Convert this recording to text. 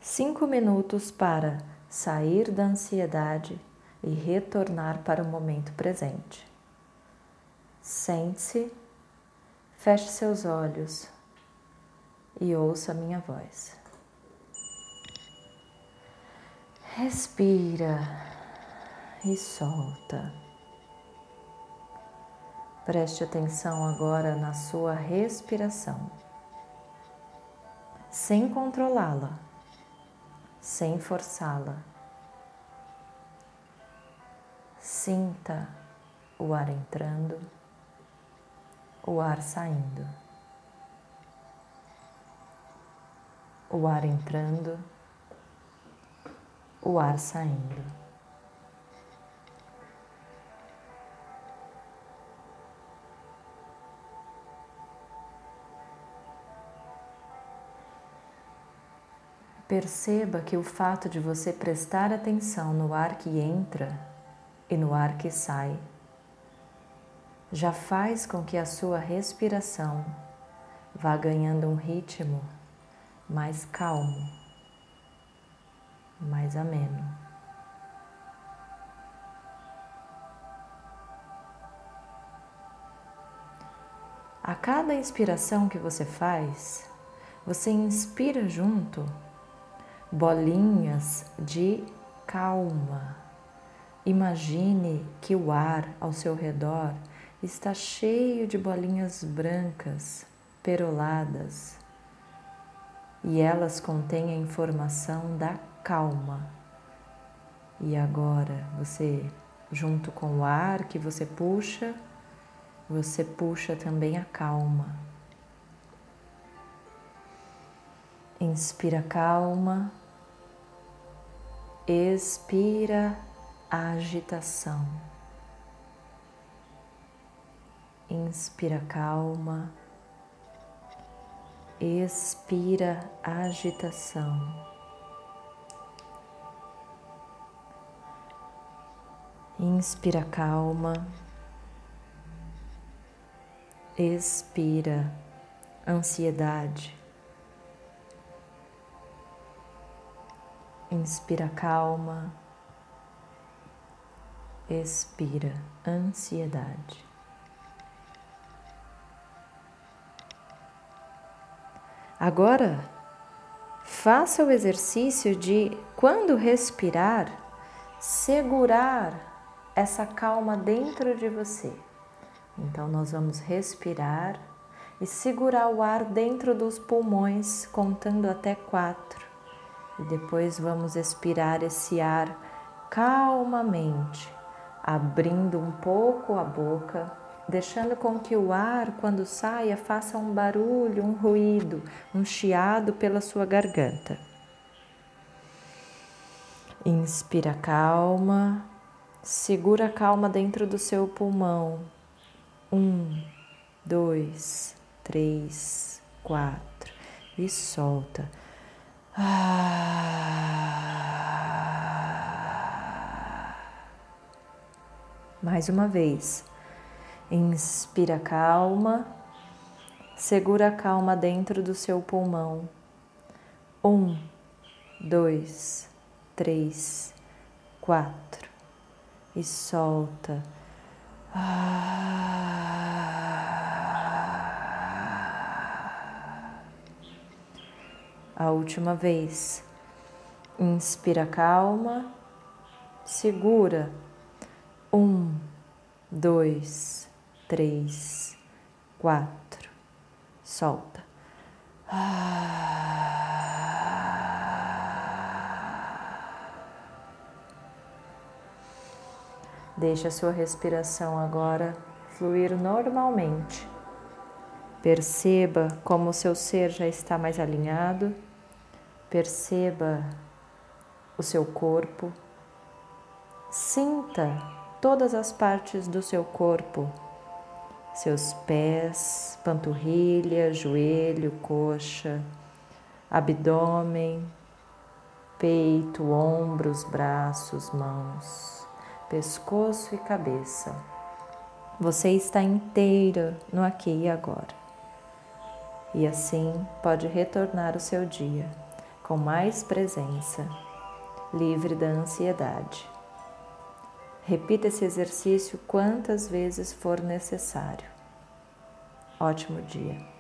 5 minutos para sair da ansiedade e retornar para o momento presente. Sente-se, feche seus olhos e ouça a minha voz. Respira e solta. Preste atenção agora na sua respiração, sem controlá-la, sem forçá-la. Sinta o ar entrando, o ar saindo. O ar entrando, o ar saindo. Perceba que o fato de você prestar atenção no ar que entra e no ar que sai já faz com que a sua respiração vá ganhando um ritmo mais calmo, mais ameno. A cada inspiração que você faz, você inspira junto bolinhas de calma. Imagine que o ar ao seu redor está cheio de bolinhas brancas, peroladas, e elas contêm a informação da calma. E agora você, junto com o ar que você puxa também a calma. Inspira calma, expira agitação. Inspira calma, expira agitação. Inspira calma, expira ansiedade. Inspira calma, expira ansiedade. Agora, faça o exercício de, quando respirar, segurar essa calma dentro de você. Então, nós vamos respirar e segurar o ar dentro dos pulmões, contando até 4. E depois vamos expirar esse ar calmamente, abrindo um pouco a boca, deixando com que o ar, quando saia, faça um barulho, um ruído, um chiado pela sua garganta. Inspira calma, segura a calma dentro do seu pulmão. 1, 2, 3, 4 e solta. Mais uma vez. Inspira calma, segura a calma dentro do seu pulmão. 1, 2, 3, 4 e solta. A última vez. Inspira calma, segura. 1, 2, 3, 4, solta. Deixe a sua respiração agora fluir normalmente. Perceba como o seu ser já está mais alinhado. Perceba o seu corpo. Sinta todas as partes do seu corpo. Seus pés, panturrilha, joelho, coxa, abdômen, peito, ombros, braços, mãos, pescoço e cabeça. Você está inteira no aqui e agora. E assim pode retornar o seu dia com mais presença, livre da ansiedade. Repita esse exercício quantas vezes for necessário. Ótimo dia!